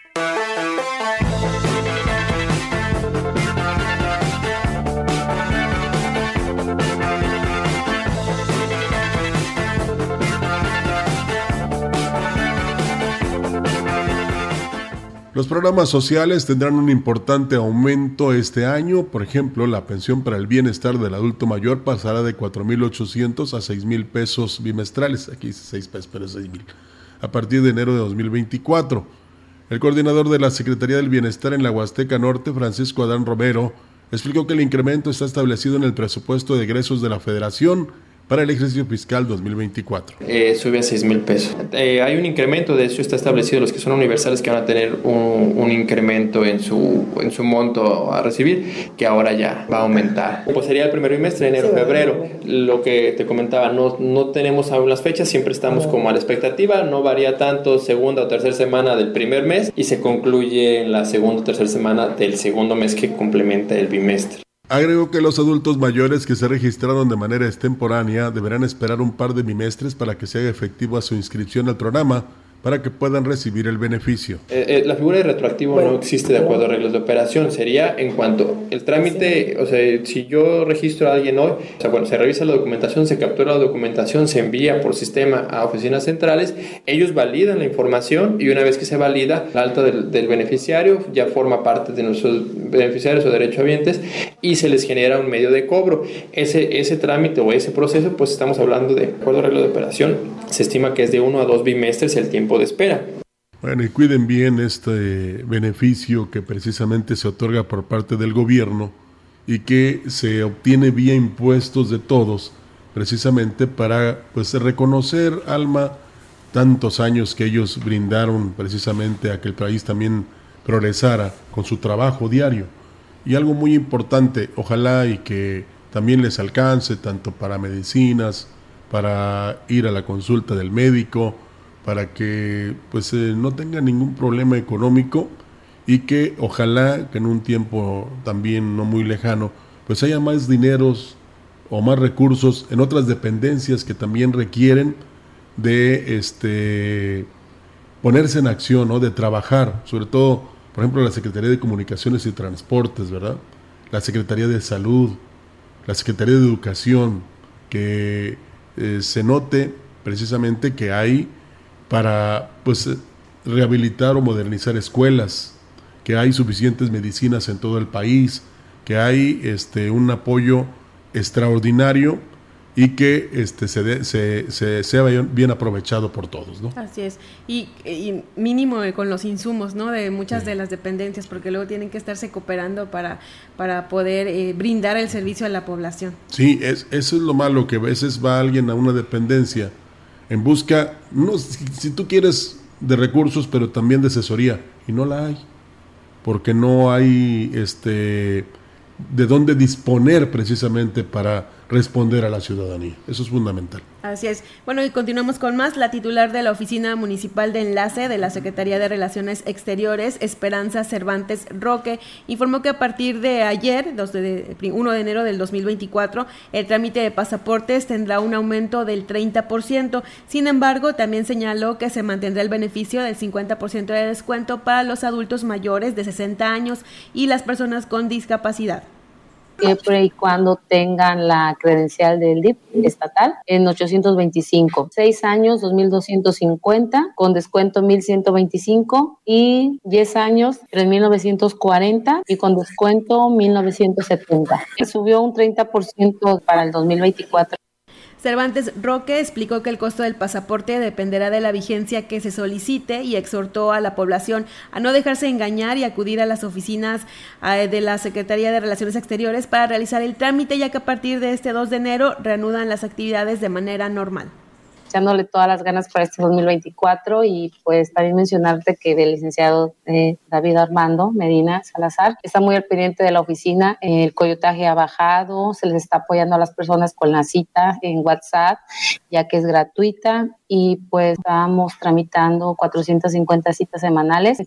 Los programas sociales tendrán un importante aumento este año. Por ejemplo, la pensión para el bienestar del adulto mayor pasará de 4,800 a 6,000 pesos bimestrales. Aquí dice 6 pesos, pero es 6,000. A partir de enero de 2024. El coordinador de la Secretaría del Bienestar en la Huasteca Norte, Francisco Adán Romero, explicó que el incremento está establecido en el presupuesto de egresos de la Federación para el ejercicio fiscal 2024. Sube a 6,000 pesos. Hay un incremento, de hecho está establecido los que son universales que van a tener un incremento en su monto a recibir, que ahora ya va a aumentar. Pues sería el primer bimestre, enero, febrero. Lo que te comentaba, no tenemos aún las fechas, siempre estamos como a la expectativa, no varía tanto segunda o tercera semana del primer mes y se concluye en la segunda o tercera semana del segundo mes que complementa el bimestre. Agregó que los adultos mayores que se registraron de manera extemporánea deberán esperar un par de bimestres para que se haga efectiva su inscripción al programa para que puedan recibir el beneficio. La figura de retroactivo no existe de acuerdo a reglas de operación. Sería en cuanto el trámite, o sea, si yo registro a alguien hoy, se revisa la documentación, se captura la documentación, se envía por sistema a oficinas centrales, ellos validan la información y una vez que se valida, la alta del beneficiario ya forma parte de nuestros beneficiarios o derechohabientes y se les genera un medio de cobro. Ese trámite o ese proceso, pues estamos hablando de acuerdo a reglas de operación, se estima que es de 1 a 2 bimestres el tiempo de espera. Bueno, y cuiden bien este beneficio que precisamente se otorga por parte del gobierno y que se obtiene vía impuestos de todos, precisamente para reconocer, Alma, tantos años que ellos brindaron precisamente a que el país también progresara con su trabajo diario. Y algo muy importante, ojalá y que también les alcance tanto para medicinas, para ir a la consulta del médico, para que pues no tengan ningún problema económico y que ojalá que en un tiempo también no muy lejano pues haya más dineros o más recursos en otras dependencias que también requieren de ponerse en acción, ¿no? De trabajar, sobre todo, por ejemplo, la Secretaría de Comunicaciones y Transportes, ¿verdad? La Secretaría de Salud, la Secretaría de Educación, que se note precisamente que hay para pues rehabilitar o modernizar escuelas, que hay suficientes medicinas en todo el país, que hay un apoyo extraordinario y que sea bien aprovechado por todos, ¿no? Así es, y mínimo con los insumos, ¿no? De muchas de las dependencias, porque luego tienen que estarse cooperando para poder brindar el servicio a la población. Sí, eso es lo malo, que a veces va alguien a una dependencia en busca, no, si tú quieres, de recursos, pero también de asesoría, y no la hay, porque no hay de dónde disponer precisamente para responder a la ciudadanía. Eso es fundamental. Así es. Bueno, y continuamos con más. La titular de la Oficina Municipal de Enlace de la Secretaría de Relaciones Exteriores, Esperanza Cervantes Roque, informó que a partir de ayer, 1 de enero del 2024, el trámite de pasaportes tendrá un aumento del 30%. Sin embargo, también señaló que se mantendrá el beneficio del 50% de descuento para los adultos mayores de 60 años y las personas con discapacidad. Siempre y cuando tengan la credencial del DIF estatal en 825, 6 años 2.250, con descuento 1.125 y 10 años 3.940 y con descuento 1.970. Subió un 30% para el 2024. Cervantes Roque explicó que el costo del pasaporte dependerá de la vigencia que se solicite y exhortó a la población a no dejarse engañar y acudir a las oficinas de la Secretaría de Relaciones Exteriores para realizar el trámite, ya que a partir de este 2 de enero reanudan las actividades de manera normal. Echándole todas las ganas para este 2024 y pues también mencionarte que el licenciado David Armando Medina Salazar está muy al pendiente de la oficina, el coyotaje ha bajado, se les está apoyando a las personas con la cita en WhatsApp, ya que es gratuita y pues estamos tramitando 450 citas semanales.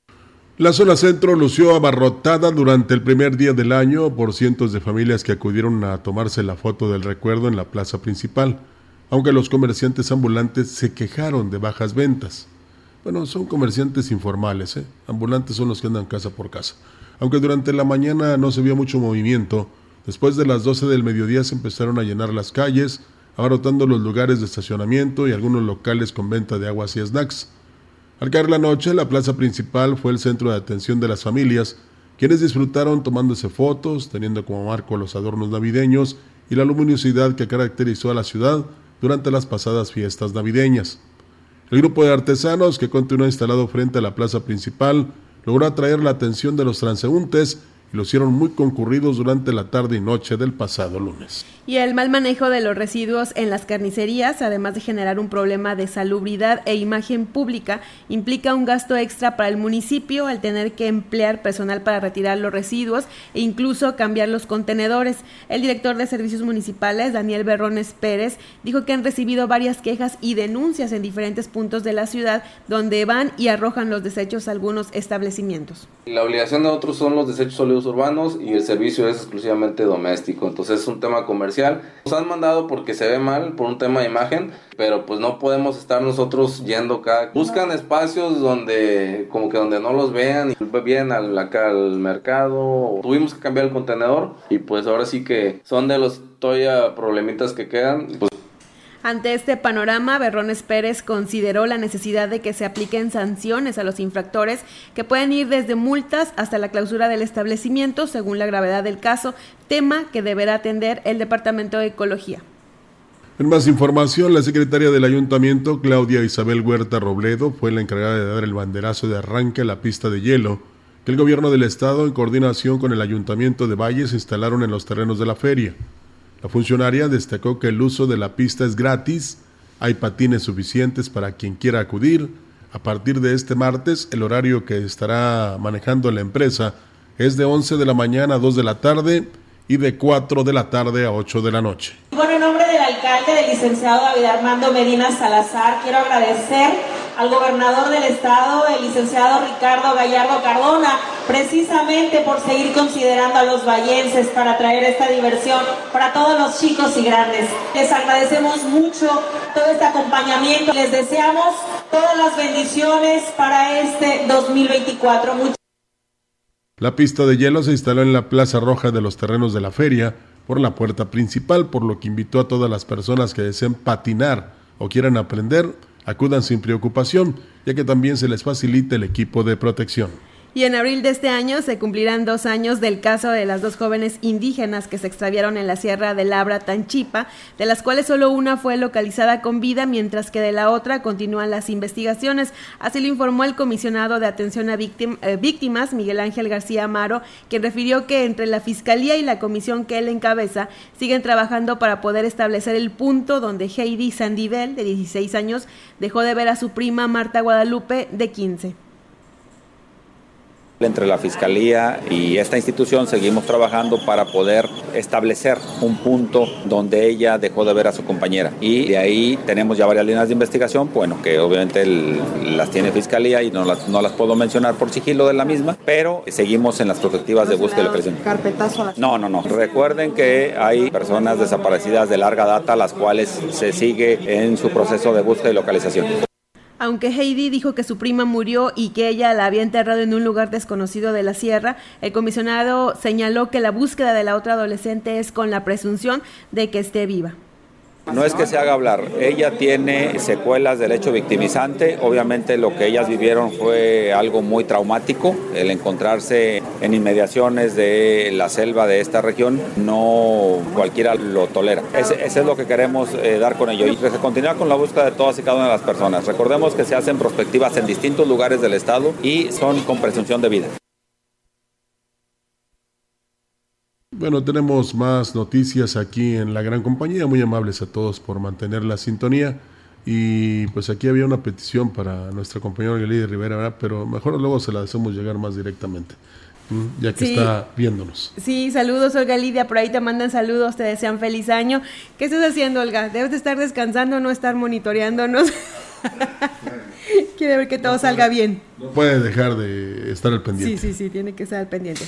La zona centro lució abarrotada durante el primer día del año por cientos de familias que acudieron a tomarse la foto del recuerdo en la plaza principal, aunque los comerciantes ambulantes se quejaron de bajas ventas. Bueno, son comerciantes informales, ambulantes son los que andan casa por casa. Aunque durante la mañana no se vio mucho movimiento, después de las 12 del mediodía se empezaron a llenar las calles, abarrotando los lugares de estacionamiento y algunos locales con venta de aguas y snacks. Al caer la noche, la plaza principal fue el centro de atención de las familias, quienes disfrutaron tomándose fotos, teniendo como marco los adornos navideños y la luminosidad que caracterizó a la ciudad durante las pasadas fiestas navideñas. El grupo de artesanos que continuó instalado frente a la plaza principal logró atraer la atención de los transeúntes y lo hicieron muy concurridos durante la tarde y noche del pasado lunes. Y el mal manejo de los residuos en las carnicerías, además de generar un problema de salubridad e imagen pública, implica un gasto extra para el municipio al tener que emplear personal para retirar los residuos e incluso cambiar los contenedores. El director de Servicios Municipales, Daniel Berrones Pérez, dijo que han recibido varias quejas y denuncias en diferentes puntos de la ciudad donde van y arrojan los desechos a algunos establecimientos. La obligación de otros son los desechos sólidos urbanos y el servicio es exclusivamente doméstico, entonces es un tema comercial. Nos han mandado porque se ve mal, por un tema de imagen, pero pues no podemos estar nosotros yendo buscan espacios donde no los vean y vienen acá al mercado. Tuvimos que cambiar el contenedor y pues ahora sí que son de los todavía problemitas que quedan. Ante este panorama, Berrones Pérez consideró la necesidad de que se apliquen sanciones a los infractores que pueden ir desde multas hasta la clausura del establecimiento según la gravedad del caso, tema que deberá atender el Departamento de Ecología. En más información, la secretaria del Ayuntamiento, Claudia Isabel Huerta Robledo, fue la encargada de dar el banderazo de arranque a la pista de hielo que el gobierno del estado, en coordinación con el Ayuntamiento de Valles, instalaron en los terrenos de la feria. La funcionaria destacó que el uso de la pista es gratis, hay patines suficientes para quien quiera acudir. A partir de este martes, el horario que estará manejando la empresa es de 11 de la mañana a 2 de la tarde y de 4 de la tarde a 8 de la noche. Bueno, en nombre del alcalde, del licenciado David Armando Medina Salazar, quiero agradecer al gobernador del estado, el licenciado Ricardo Gallardo Cardona, precisamente por seguir considerando a los vallenses para traer esta diversión para todos los chicos y grandes. Les agradecemos mucho todo este acompañamiento, les deseamos todas las bendiciones para este 2024. La pista de hielo se instaló en la Plaza Roja de los terrenos de la feria por la puerta principal, por lo que invitó a todas las personas que deseen patinar o quieran aprender, acudan sin preocupación, ya que también se les facilita el equipo de protección. Y en abril de este año se cumplirán 2 años del caso de las 2 jóvenes indígenas que se extraviaron en la Sierra de Labra, Tanchipa, de las cuales solo una fue localizada con vida, mientras que de la otra continúan las investigaciones. Así lo informó el comisionado de atención a víctimas, Miguel Ángel García Amaro, quien refirió que entre la Fiscalía y la comisión que él encabeza siguen trabajando para poder establecer el punto donde Heidi Sandivel, de 16 años, dejó de ver a su prima Marta Guadalupe, de 15. Entre la Fiscalía y esta institución seguimos trabajando para poder establecer un punto donde ella dejó de ver a su compañera. Y de ahí tenemos ya varias líneas de investigación, bueno, que obviamente las tiene Fiscalía y no las puedo mencionar por sigilo de la misma, pero seguimos en las protectivas de búsqueda y localización. ¿Carpetazo a la... No. Recuerden que hay personas desaparecidas de larga data, las cuales se sigue en su proceso de búsqueda y localización. Aunque Heidi dijo que su prima murió y que ella la había enterrado en un lugar desconocido de la sierra, el comisionado señaló que la búsqueda de la otra adolescente es con la presunción de que esté viva. No es que se haga hablar, ella tiene secuelas del hecho victimizante, obviamente lo que ellas vivieron fue algo muy traumático, el encontrarse en inmediaciones de la selva de esta región, no cualquiera lo tolera. Ese es lo que queremos dar con ello y se continúa con la búsqueda de todas y cada una de las personas. Recordemos que se hacen prospectivas en distintos lugares del estado y son con presunción de vida. Bueno, tenemos más noticias aquí en La Gran Compañía, muy amables a todos por mantener la sintonía y pues aquí había una petición para nuestra compañera Lidia Rivera, ¿verdad? Pero mejor luego se la hacemos llegar más directamente, ya que está viéndonos. Sí, saludos Olga Lidia, por ahí te mandan saludos, te desean feliz año. ¿Qué estás haciendo, Olga? Debes de estar descansando, no estar monitoreándonos. Quiere ver que todo salga bien. No puede dejar de estar al pendiente. Sí, tiene que estar al pendiente.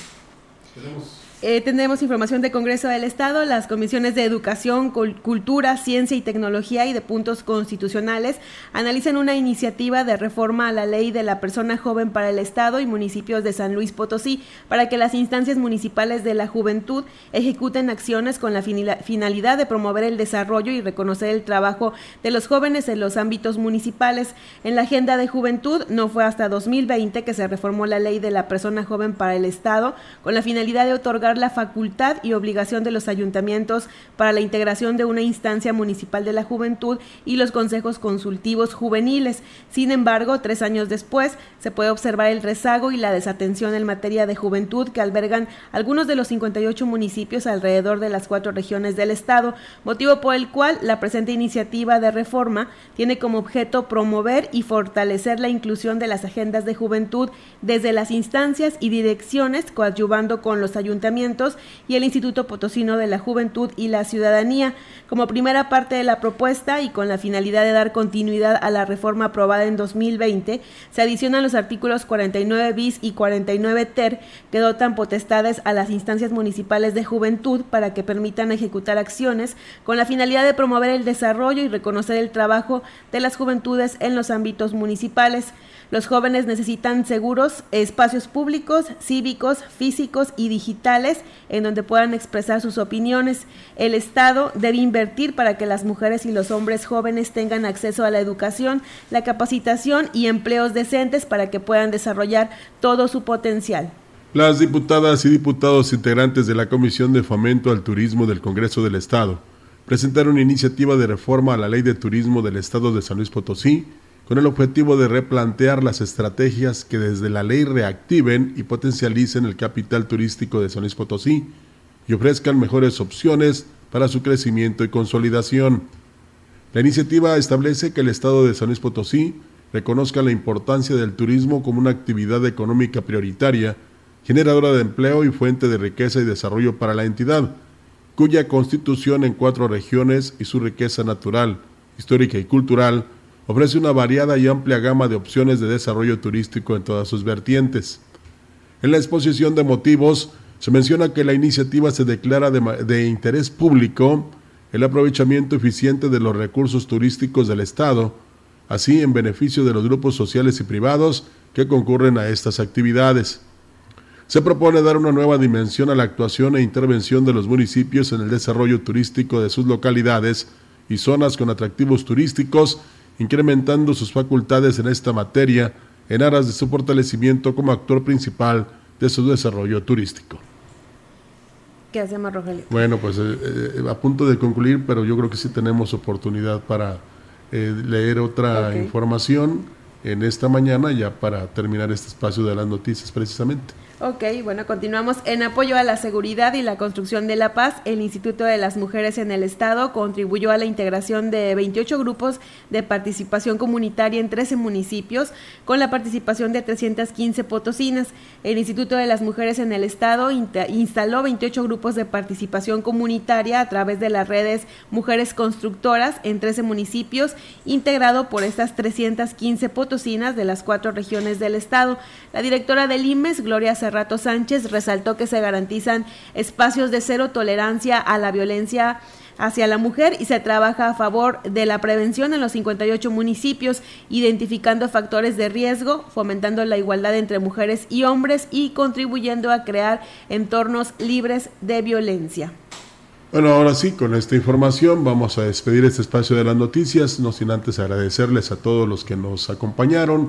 Tenemos información de Congreso del Estado, las comisiones de Educación, Cultura, Ciencia y Tecnología y de Puntos Constitucionales analizan una iniciativa de reforma a la Ley de la Persona Joven para el Estado y municipios de San Luis Potosí para que las instancias municipales de la juventud ejecuten acciones con la finalidad de promover el desarrollo y reconocer el trabajo de los jóvenes en los ámbitos municipales. En la agenda de juventud no fue hasta 2020 que se reformó la Ley de la Persona Joven para el Estado con la finalidad de otorgar la facultad y obligación de los ayuntamientos para la integración de una instancia municipal de la juventud y los consejos consultivos juveniles. Sin embargo, 3 años después, se puede observar el rezago y la desatención en materia de juventud que albergan algunos de los 58 municipios alrededor de las 4 regiones del estado, motivo por el cual la presente iniciativa de reforma tiene como objeto promover y fortalecer la inclusión de las agendas de juventud desde las instancias y direcciones, coadyuvando con los ayuntamientos y el Instituto Potosino de la Juventud y la Ciudadanía. Como primera parte de la propuesta y con la finalidad de dar continuidad a la reforma aprobada en 2020, se adicionan los artículos 49 bis y 49 ter que dotan potestades a las instancias municipales de juventud para que permitan ejecutar acciones con la finalidad de promover el desarrollo y reconocer el trabajo de las juventudes en los ámbitos municipales. Los jóvenes necesitan seguros espacios públicos, cívicos, físicos y digitales en donde puedan expresar sus opiniones. El Estado debe invertir para que las mujeres y los hombres jóvenes tengan acceso a la educación, la capacitación y empleos decentes para que puedan desarrollar todo su potencial. Las diputadas y diputados integrantes de la Comisión de Fomento al Turismo del Congreso del Estado presentaron una iniciativa de reforma a la Ley de Turismo del Estado de San Luis Potosí con el objetivo de replantear las estrategias que desde la ley reactiven y potencialicen el capital turístico de San Luis Potosí y ofrezcan mejores opciones para su crecimiento y consolidación. La iniciativa establece que el Estado de San Luis Potosí reconozca la importancia del turismo como una actividad económica prioritaria, generadora de empleo y fuente de riqueza y desarrollo para la entidad, cuya constitución en 4 regiones y su riqueza natural, histórica y cultural ofrece una variada y amplia gama de opciones de desarrollo turístico en todas sus vertientes. En la exposición de motivos se menciona que la iniciativa se declara de interés público el aprovechamiento eficiente de los recursos turísticos del Estado, así en beneficio de los grupos sociales y privados que concurren a estas actividades. Se propone dar una nueva dimensión a la actuación e intervención de los municipios en el desarrollo turístico de sus localidades y zonas con atractivos turísticos, incrementando sus facultades en esta materia en aras de su fortalecimiento como actor principal de su desarrollo turístico. ¿Qué hacemos, Rogelio? Bueno, pues a punto de concluir, pero yo creo que sí tenemos oportunidad para leer otra información en esta mañana, ya para terminar este espacio de las noticias precisamente. Ok, bueno, continuamos. En apoyo a la seguridad y la construcción de la paz, el Instituto de las Mujeres en el Estado contribuyó a la integración de 28 grupos de participación comunitaria en 13 municipios, con la participación de 315 potosinas. El Instituto de las Mujeres en el Estado instaló 28 grupos de participación comunitaria a través de las redes Mujeres Constructoras en 13 municipios, integrado por estas 315 potosinas de las 4 regiones del Estado. La directora del IMES, Gloria Cerrato Sánchez, resaltó que se garantizan espacios de cero tolerancia a la violencia hacia la mujer y se trabaja a favor de la prevención en los 58 municipios, identificando factores de riesgo, fomentando la igualdad entre mujeres y hombres y contribuyendo a crear entornos libres de violencia. Bueno, ahora sí, con esta información vamos a despedir este espacio de las noticias, no sin antes agradecerles a todos los que nos acompañaron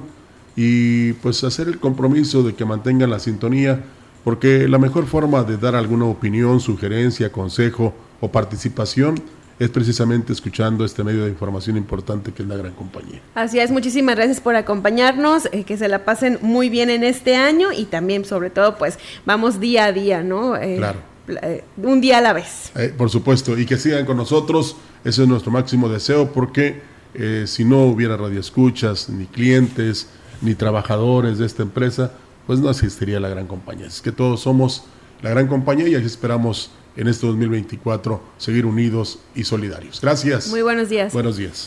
y pues hacer el compromiso de que mantengan la sintonía, porque la mejor forma de dar alguna opinión, sugerencia, consejo o participación es precisamente escuchando este medio de información importante que es la Gran Compañía. Así es, muchísimas gracias por acompañarnos, que se la pasen muy bien en este año y también sobre todo pues vamos día a día, ¿no? Claro. Un día a la vez. Por supuesto, y que sigan con nosotros, ese es nuestro máximo deseo, porque si no hubiera radioescuchas, ni clientes, ni trabajadores de esta empresa, pues no existiría la Gran Compañía. Es que todos somos la Gran Compañía y así esperamos en este 2024 seguir unidos y solidarios. Gracias. Muy buenos días. Buenos días.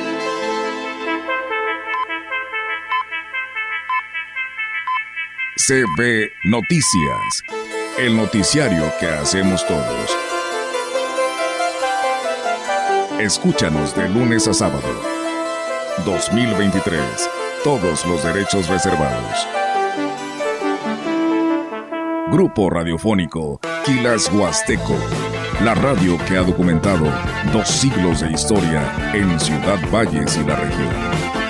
CB Noticias, el noticiario que hacemos todos. Escúchanos de lunes a sábado. 2023. Todos los derechos reservados. Grupo Radiofónico Quilas Huasteco, la radio que ha documentado 2 siglos de historia en Ciudad Valles y la región.